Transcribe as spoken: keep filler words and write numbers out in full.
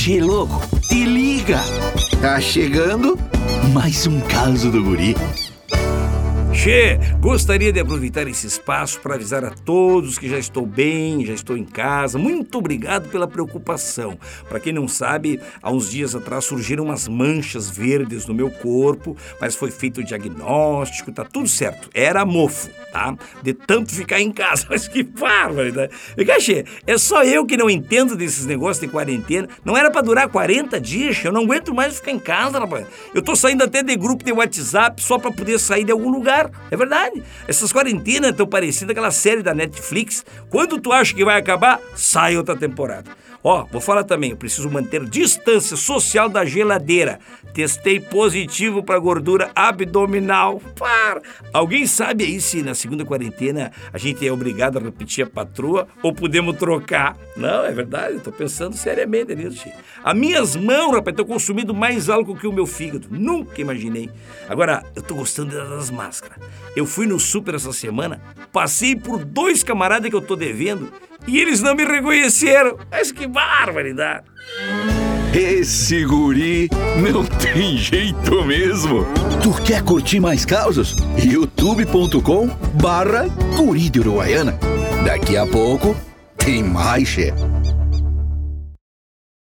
Che, louco, te liga! Tá chegando mais um caso do guri. Che, gostaria de aproveitar esse espaço para avisar a todos que já estou bem, já estou em casa. Muito obrigado pela preocupação. Para quem não sabe, há uns dias atrás surgiram umas manchas verdes no meu corpo, mas foi feito o diagnóstico, tá tudo certo. Era mofo, tá? De tanto ficar em casa. Mas que bárbaro, né? Che, é só eu que não entendo desses negócios de quarentena. Não era para durar quarenta dias, che. Eu não aguento mais ficar em casa, rapaz. Eu tô saindo até de grupo de WhatsApp só para poder sair de algum lugar. É verdade. Essas quarentenas estão parecidas com aquela série da Netflix. Quando tu acha que vai acabar, sai outra temporada. Ó, vou falar também, eu preciso manter distância social da geladeira. Testei positivo para gordura abdominal. Para! Alguém sabe aí se na segunda quarentena a gente é obrigado a repetir a patroa ou podemos trocar? Não, é verdade, eu tô pensando seriamente nisso, Chico. As minhas mãos, rapaz, estão consumindo mais álcool que o meu fígado. Nunca imaginei. Agora, eu tô gostando das máscaras. Eu fui no super essa semana, passei por dois camaradas que eu tô devendo e eles não me reconheceram. Mas que barbaridade! Esse guri não tem jeito mesmo. Tu quer curtir mais causas? youtube ponto com barra guri de Uruguaiana. Daqui a pouco tem mais, che.